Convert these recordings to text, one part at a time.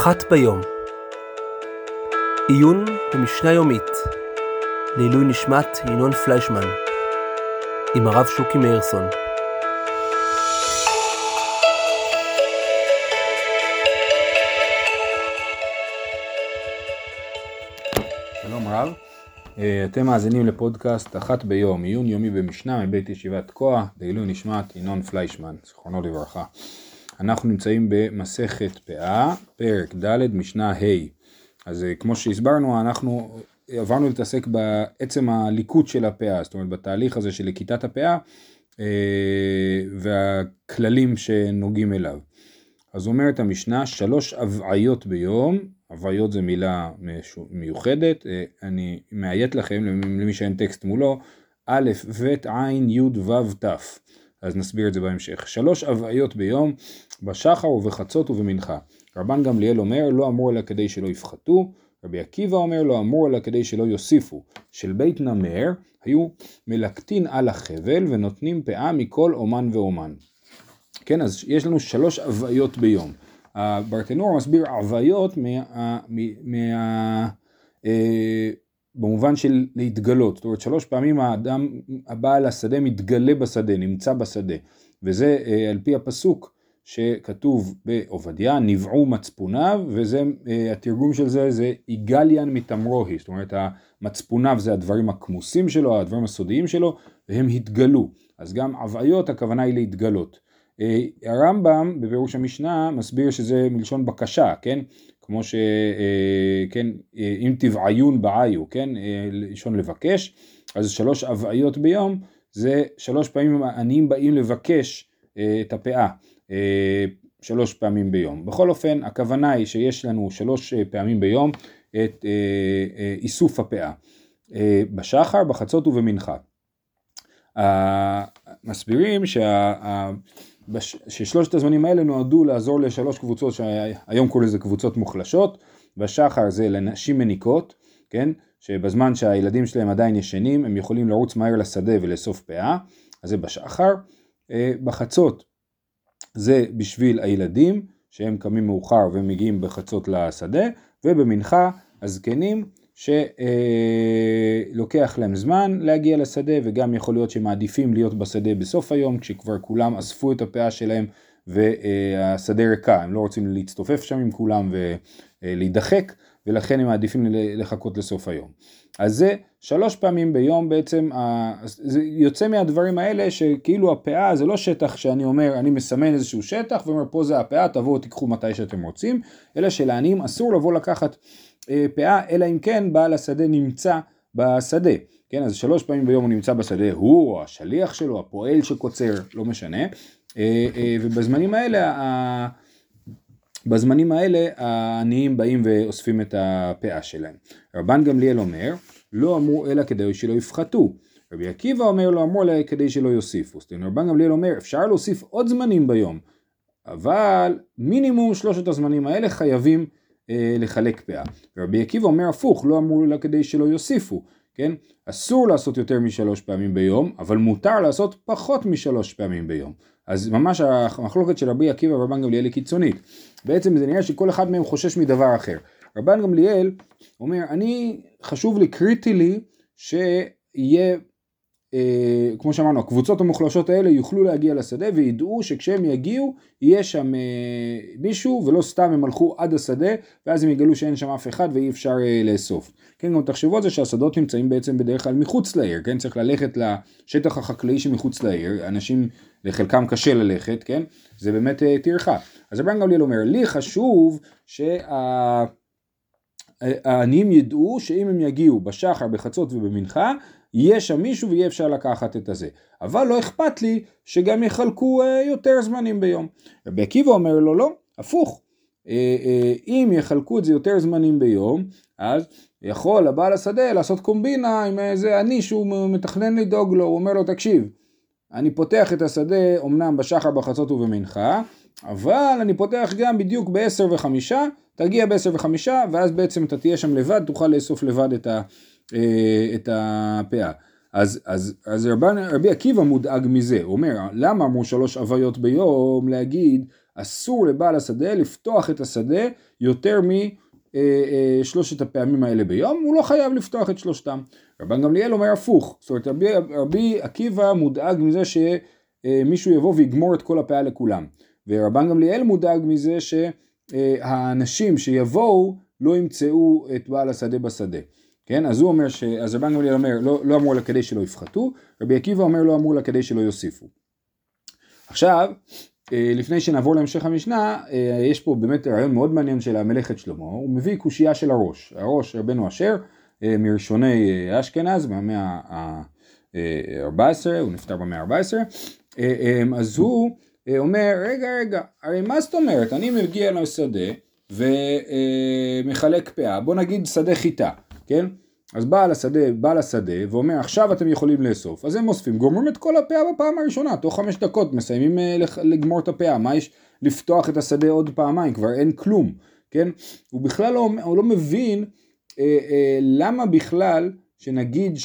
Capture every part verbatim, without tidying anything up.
אחת ביום. עיון במשנה יומית לעילוי נשמת ינון פליישמן עם הרב שוקי מאירסון. שלום רב, אתם מאזינים לפודקאסט אחת ביום, עיון יומי במשנה מבית ישיבת תקוע לעילוי נשמת ינון פליישמן, זכרונו לברכה. אנחנו נמצאים במסכת פאה, פרק ד' משנה ה'. אז כמו שהסברנו, אנחנו עברנו להתעסק בעצם הליקוט של הפאה, זאת אומרת בתהליך הזה של לקיטת הפאה והכללים שנוגעים אליו. אז אומרת המשנה, שלוש הבעיות ביום, הבעיות זה מילה מיוחדת, אני מאיית לכם למי שאין טקסט מולו, א', ב', עין, י', ו', ת'. אז נסביר את זה בהמשך. שלוש הבעיות ביום, בשחר ובחצות ובמנחה. רבן גמליאל אומר, לא אמור אלא כדי שלא יפחתו. רבי עקיבא אומר, לא אמור אלא כדי שלא יוסיפו. של בית נמר היו מלקטין על החבל ונותנים פאה מכל אומן ואומן. כן, אז יש לנו שלוש הבעיות ביום. הברטנור מסביר הבעיות מה... מה אה, במובן של להתגלות, זאת אומרת שלוש פעמים האדם הבעל השדה מתגלה בשדה, נמצא בשדה, וזה אה, על פי הפסוק שכתוב בעובדיה, נבעו מצפוניו, וזה אה, התרגום של זה זה איגליאן מתמרוהי, זאת אומרת המצפוניו זה הדברים הכמוסים שלו, הדברים הסודיים שלו, והם התגלו, אז גם הבעיות הכוונה היא להתגלות. אה, הרמב"ם בפירוש המשנה מסביר שזה מלשון בקשה, כן? כמו שכן, אם תבעיון בעיו, כן, לשון לבקש, אז שלוש הבעיות ביום, זה שלוש פעמים העניים באים לבקש את הפאה, שלוש פעמים ביום. בכל אופן, הכוונה היא שיש לנו שלוש פעמים ביום את איסוף הפאה, בשחר, בחצות ובמנחה. מסבירים שה... ששלושת הזמנים האלה נועדו לעזור לשלוש קבוצות שהיום קוראים לזה קבוצות מוחלשות. בשחר זה לנשים מניקות, כן? שבזמן שהילדים שלהם עדיין ישנים הם יכולים לרוץ מהר לשדה ולאסוף פאה, אז זה בשחר. בחצות זה בשביל הילדים שהם קמים מאוחר ומגיעים בחצות לשדה, ובמנחה הזקנים שלוקח להם זמן להגיע לשדה, וגם יכול להיות שמעדיפים להיות בשדה בסוף היום, כשכבר כולם אספו את הפאה שלהם והשדה ריקה, הם לא רוצים להצטופף שם עם כולם ולהידחק, ולכן הם מעדיפים לחכות לסוף היום. אז זה שלוש פעמים ביום בעצם, זה יוצא מהדברים האלה שכאילו הפאה זה לא שטח שאני אומר, אני מסמן איזשהו שטח ואומר פה זה הפאה, תבואו תיקחו מתי שאתם רוצים, אלא שלעניים אסור לבוא לקחת פאה, אלא אם כן בעל השדה נמצא בשדה, כן, אז שלוש פעמים ביום הוא נמצא בשדה, הוא או השליח שלו, הפועל שקוצר, לא משנה, ובזמנים האלה, בזמנים האלה העניים באים ואוספים את הפאה שלהם. רבן גמליאל אומר, לא אמרו אלא כדי שלא יפחתו. רבי עקיבא אומר, לא אמרו אלא כדי שלא יוסיפו. זאת אומרת, רבן גמליאל אומר, אפשר להוסיף עוד זמנים ביום, אבל מינימום שלושת הזמנים האלה חייבים לחלק פאה. רבי עקיבא אומר הפוך, לא אמרו לה כדי שלא יוסיפו, כן? אסור לעשות יותר משלוש פעמים ביום, אבל מותר לעשות פחות משלוש פעמים ביום. אז ממש המחלוקת של רבי עקיבא ורבן גמליאל היא קיצונית. בעצם זה נראה שכל אחד מהם חושש מדבר אחר. רבן גמליאל אומר, אני חשוב לי, קריטי לי, שיהיה אה, כמו שאמרנו, הקבוצות המוחלשות האלה יוכלו להגיע לשדה וידעו שכשהם יגיעו יהיה שם אה, מישהו, ולא סתם הם הלכו עד השדה ואז הם יגלו שאין שם אף אחד ואי אפשר אה, לאסוף. כן, גם תחשבו על זה שהשדות נמצאים בעצם בדרך כלל מחוץ לעיר, כן, צריך ללכת לשטח החקלאי שמחוץ לעיר, אנשים לחלקם קשה ללכת, כן, זה באמת אה, תרחה. אז רבן גמליאל אומר, לי חשוב שה... העניים ידעו שאם הם יגיעו בשחר, בחצות ובמנחה, יהיה שם מישהו ויהיה אפשר לקחת את הזה. אבל לא אכפת לי שגם יחלקו אה, יותר זמנים ביום. רבי עקיבא אומר לו, לא, הפוך. אה, אה, אם יחלקו את זה יותר זמנים ביום, אז יכול הבעל השדה לעשות קומבינה עם איזה עני שהוא מתכנן לדאוג לו. הוא אומר לו, תקשיב, אני פותח את השדה אומנם בשחר, בחצות ובמנחה, אבל אני פותח גם בדיוק בעשר וחמישה, תגיע בעשר וחמישה, ואז בעצם אתה תהיה שם לבד, תוכל לאסוף לבד את ה... את הפאה. אז, אז, אז רבי, רבי עקיבא מודאג מזה, הוא אומר, למה אמרו שלוש הוויות ביום להגיד, אסור לבעל השדה לפתוח את השדה יותר משלושת הפעמים האלה ביום, הוא לא חייב לפתוח את שלושתם. רבן גמליאל אומר הפוך, זאת אומרת רבי, רבי עקיבא מודאג מזה שמישהו יבוא ויגמור את כל הפאה לכולם, ורבן גמליאל מודאג מזה שהאנשים שיבואו לא ימצאו את בעל השדה בשדה. כן, אז הוא אומר ש... אז רבן גמליאל אומר לא, לא אמור לה כדי שלא יפחתו, רבי עקיבא אומר לא אמור לה כדי שלא יוסיפו. עכשיו, לפני שנעבור להמשך המשנה, יש פה באמת רעיון מאוד מעניין של המלאכת שלמה, הוא מביא קושייה של הראש, הראש רבנו אשר, מראשוני אשכנז, במאה ה-ארבע עשרה, הוא נפטר במאה ה-ארבע עשרה, אז הוא אומר, רגע רגע, הרי מה זאת אומרת, אני מגיע לשדה ומחלק פאה, בוא נגיד שדה חיטה, כן? אז בא לשדה, בא לשדה ואומר עכשיו אתם יכולים לאסוף, אז הם אוספים, גומרים את כל הפאה בפעם הראשונה, תוך חמש דקות מסיימים לגמור את הפאה, מה יש לפתוח את השדה עוד פעמיים, כבר אין כלום, כן? הוא בכלל לא, הוא לא מבין אה, אה, למה בכלל שנגיד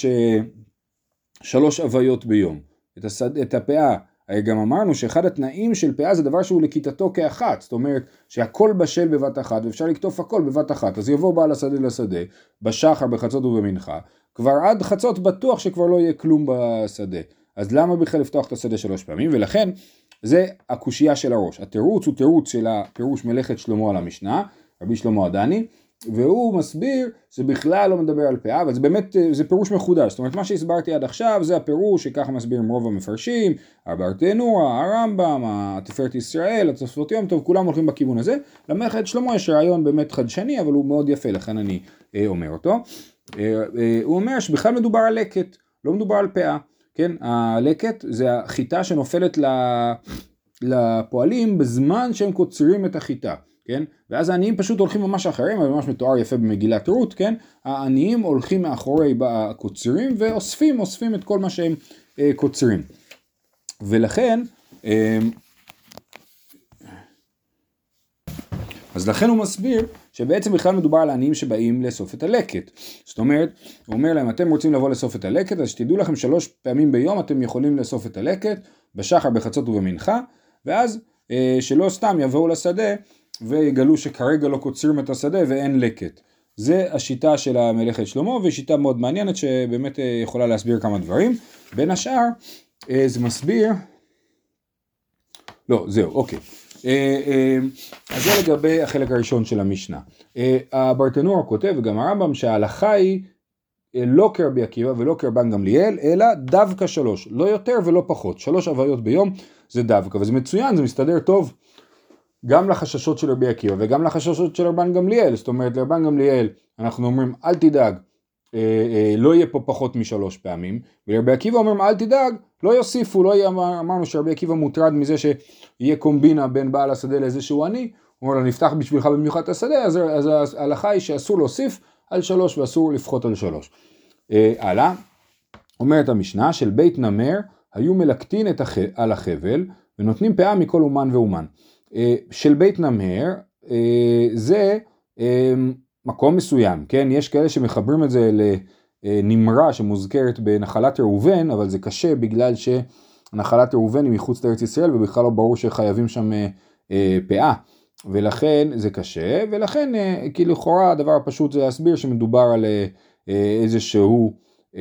ששלוש הוויות ביום, את, השד, את הפאה, גם אמרנו שאחד התנאים של פאה זה דבר שהוא לכיתתו כאחת, זאת אומרת שהכל בשל בבת אחת ואפשר לקטוף הכל בבת אחת, אז יבוא בעל השדה לשדה, בשחר, בחצות ובמנחה, כבר עד חצות בטוח שכבר לא יהיה כלום בשדה, אז למה בכלל לפתוח את השדה שלוש פעמים? ולכן זה הקושייה של הראש, התירוץ הוא תירוץ של הפירוש מלאכת שלמה על המשנה, רבי שלמה הדני, והוא מסביר שבכלל לא מדבר על פאה, אבל זה באמת, זה פירוש מחודש, זאת אומרת מה שהסברתי עד עכשיו זה הפירוש שככה מסבירים רוב המפרשים, הברטנורה, הרמב"ם, התפארת ישראל, התוספות יום טוב, כולם הולכים בכיוון הזה, למלאכת שלמה יש רעיון באמת חדשני, אבל הוא מאוד יפה, לכן אני אה, אומר אותו, אה, אה, הוא אומר שבכלל מדובר על לקט, לא מדובר על פאה, כן, הלקט זה החיטה שנופלת לפועלים בזמן שהם קוצרים את החיטה, כן? ואז העניים פשוט הולכים ממש אחרים, אבל ממש מתואר יפה במגילת רות, כן? העניים הולכים מאחורי הקוצרים ואוספים, אוספים את כל מה שהם אה, קוצרים. ולכן, אה, אז לכן הוא מסביר שבעצם בכלל מדובר על העניים שבאים לאסוף את הלקט. זאת אומרת, הוא אומר להם, אתם רוצים לבוא לאסוף את הלקט, אז שתדעו לכם שלוש פעמים ביום אתם יכולים לאסוף את הלקט, בשחר, בחצות ובמנחה, ואז אה, שלא סתם יבואו לשדה, ויגלו שכרגע לא קוצרים את השדה ואין לקט. זה השיטה של המלאכת שלמה, והיא שיטה מאוד מעניינת שבאמת יכולה להסביר כמה דברים. בין השאר, זה מסביר, לא, זהו, אוקיי. אז זה לגבי החלק הראשון של המשנה. הברטנורה כותב, וגם הרמב"ם, שההלכה היא לא כרבי עקיבא ולא כרבן גמליאל, אלא דווקא שלוש, לא יותר ולא פחות. שלוש הוויות ביום זה דווקא, וזה מצוין, זה מסתדר טוב. גם לחששות של רבי עקיבא וגם לחששות של רבן גמליאל, זאת אומרת לרבן גמליאל אנחנו אומרים אל תדאג, אה, אה, לא יהיה פה פחות משלוש פעמים, ולרבי עקיבא אומרים אל תדאג, לא יוסיפו, לא יהיה, אמרנו שרבי עקיבא מוטרד מזה שיהיה קומבינה בין בעל השדה לאיזה שהוא עני, הוא אומר לו נפתח בשבילך במיוחד את השדה, אז, אז ההלכה היא שאסור להוסיף על שלוש ואסור לפחות על שלוש. אה, הלאה, אומרת המשנה של בית נמר היו מלקטין את הח... על החבל ונותנים פאה מכל אומן ואומן. של בית נמר זה מקום מסוים, כן? יש כאלה שמחברים את זה לנמרה שמוזכרת בנחלת ראובן, אבל זה קשה בגלל שנחלת ראובן היא מחוץ לארץ ישראל ובכלל לא ברור שחייבים שם פאה, ולכן זה קשה, ולכן כאילו לכאורה הדבר הפשוט זה להסביר שמדובר על איזשהו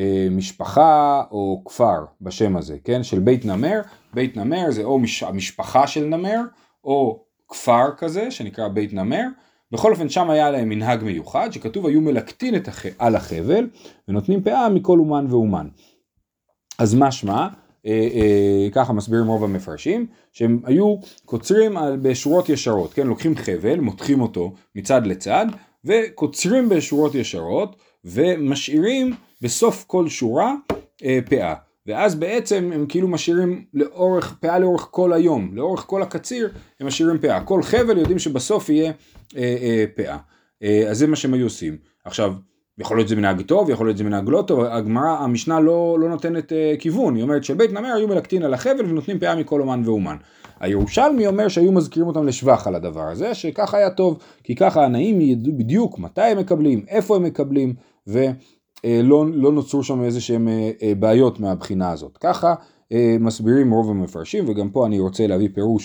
משפחה או כפר בשם הזה, כן? של בית נמר, בית נמר זה או המשפחה של נמר, או כפר כזה שנקרא בית נמר, בכל אופן שם היה להם מנהג מיוחד שכתוב היו מלקטין את הח... על החבל ונותנים פאה מכל אומן ואומן. אז משמע, אה, אה, ככה מסבירים רוב המפרשים, שהם היו קוצרים על, בשורות ישרות, כן? לוקחים חבל, מותחים אותו מצד לצד וקוצרים בשורות ישרות ומשאירים בסוף כל שורה אה, פאה. ואז בעצם הם כאילו משאירים לאורך, פאה לאורך כל היום, לאורך כל הקציר הם משאירים פאה. כל חבל יודעים שבסוף יהיה אה, אה, פאה. אה, אז זה מה שהם היו עושים. עכשיו, יכול להיות זה מנהג טוב, יכול להיות זה מנהג לא טוב, הגמרא, המשנה לא, לא נותנת אה, כיוון, היא אומרת של בית נמר היו מלקטין על החבל ונותנים פאה מכל אומן ואומן. הירושלמי אומר שהיו מזכירים אותם לשבח על הדבר הזה, שככה היה טוב, כי ככה העניים ידעו בדיוק מתי הם מקבלים, איפה הם מקבלים, ו... לא, לא נוצרו שם איזה שהם בעיות מהבחינה הזאת. ככה מסבירים רוב המפרשים, וגם פה אני רוצה להביא פירוש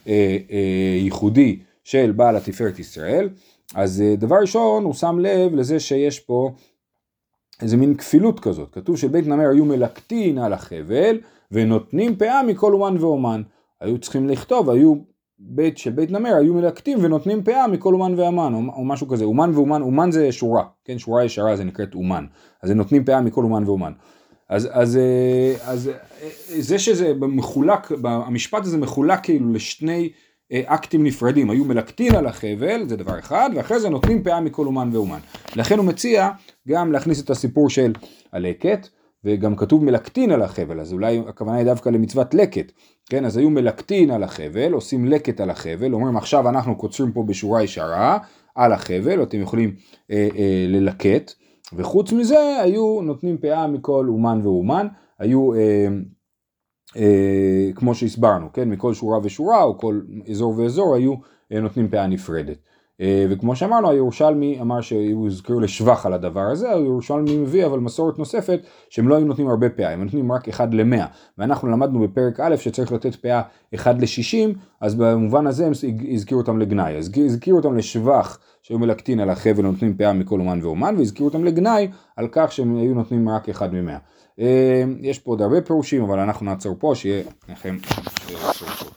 אה, אה, ייחודי של בעל התפארת ישראל, אז אה, דבר ראשון הוא שם לב לזה שיש פה איזה מין כפילות כזאת, כתוב שבית נמר היו מלקטין על החבל ונותנים פאה מכל אומן ואומן, היו צריכים לכתוב, היו בית של בית נמר היו מלקטים ונותנים פאה מכל אומן ואומן, או, או משהו כזה, אומן ואומן, אומן זה שורה, כן, שורה ישרה זה נקראת אומן, אז הם נותנים פאה מכל אומן ואומן. אז, אז, אז זה שזה מחולק, המשפט הזה מחולק כאילו לשני אקטים נפרדים, היו מלקטין על החבל, זה דבר אחד, ואחרי זה נותנים פאה מכל אומן ואומן. לכן הוא מציע גם להכניס את הסיפור של הלקט, וגם כתוב מלקטין על החבל, אז אולי הכוונה היא דווקא למצוות לקט, כן, אז היו מלקטין על החבל, עושים לקט על החבל, אומרים עכשיו אנחנו קוצרים פה בשורה ישרה על החבל, אתם יכולים אה, אה, ללקט, וחוץ מזה היו נותנים פאה מכל אומן ואומן, היו אה, אה, כמו שהסברנו, כן, מכל שורה ושורה או כל אזור ואזור היו אה, נותנים פאה נפרדת. אה, וכמו שאמרנו, הירושלמי אמר שהוא הזכיר לשבח על הדבר הזה, הירושלמי מביא אבל מסורת נוספת שהם לא היו נותנים הרבה פאה, הם נותנים רק אחד למאה, ואנחנו למדנו בפרק א' שצריך לתת פאה אחד לשישים, אז במובן הזה הם הזכירו אותם לגנאי, אז הזכירו אותם לשבח שהיו מלקטין על החבל ונותנים פאה מכל אומן ואומן, והזכירו אותם לגנאי על כך שהם היו נותנים רק אחד ממאה. יש פה עוד הרבה פירושים, אבל אנחנו נעצור פה, שיהיה לכם...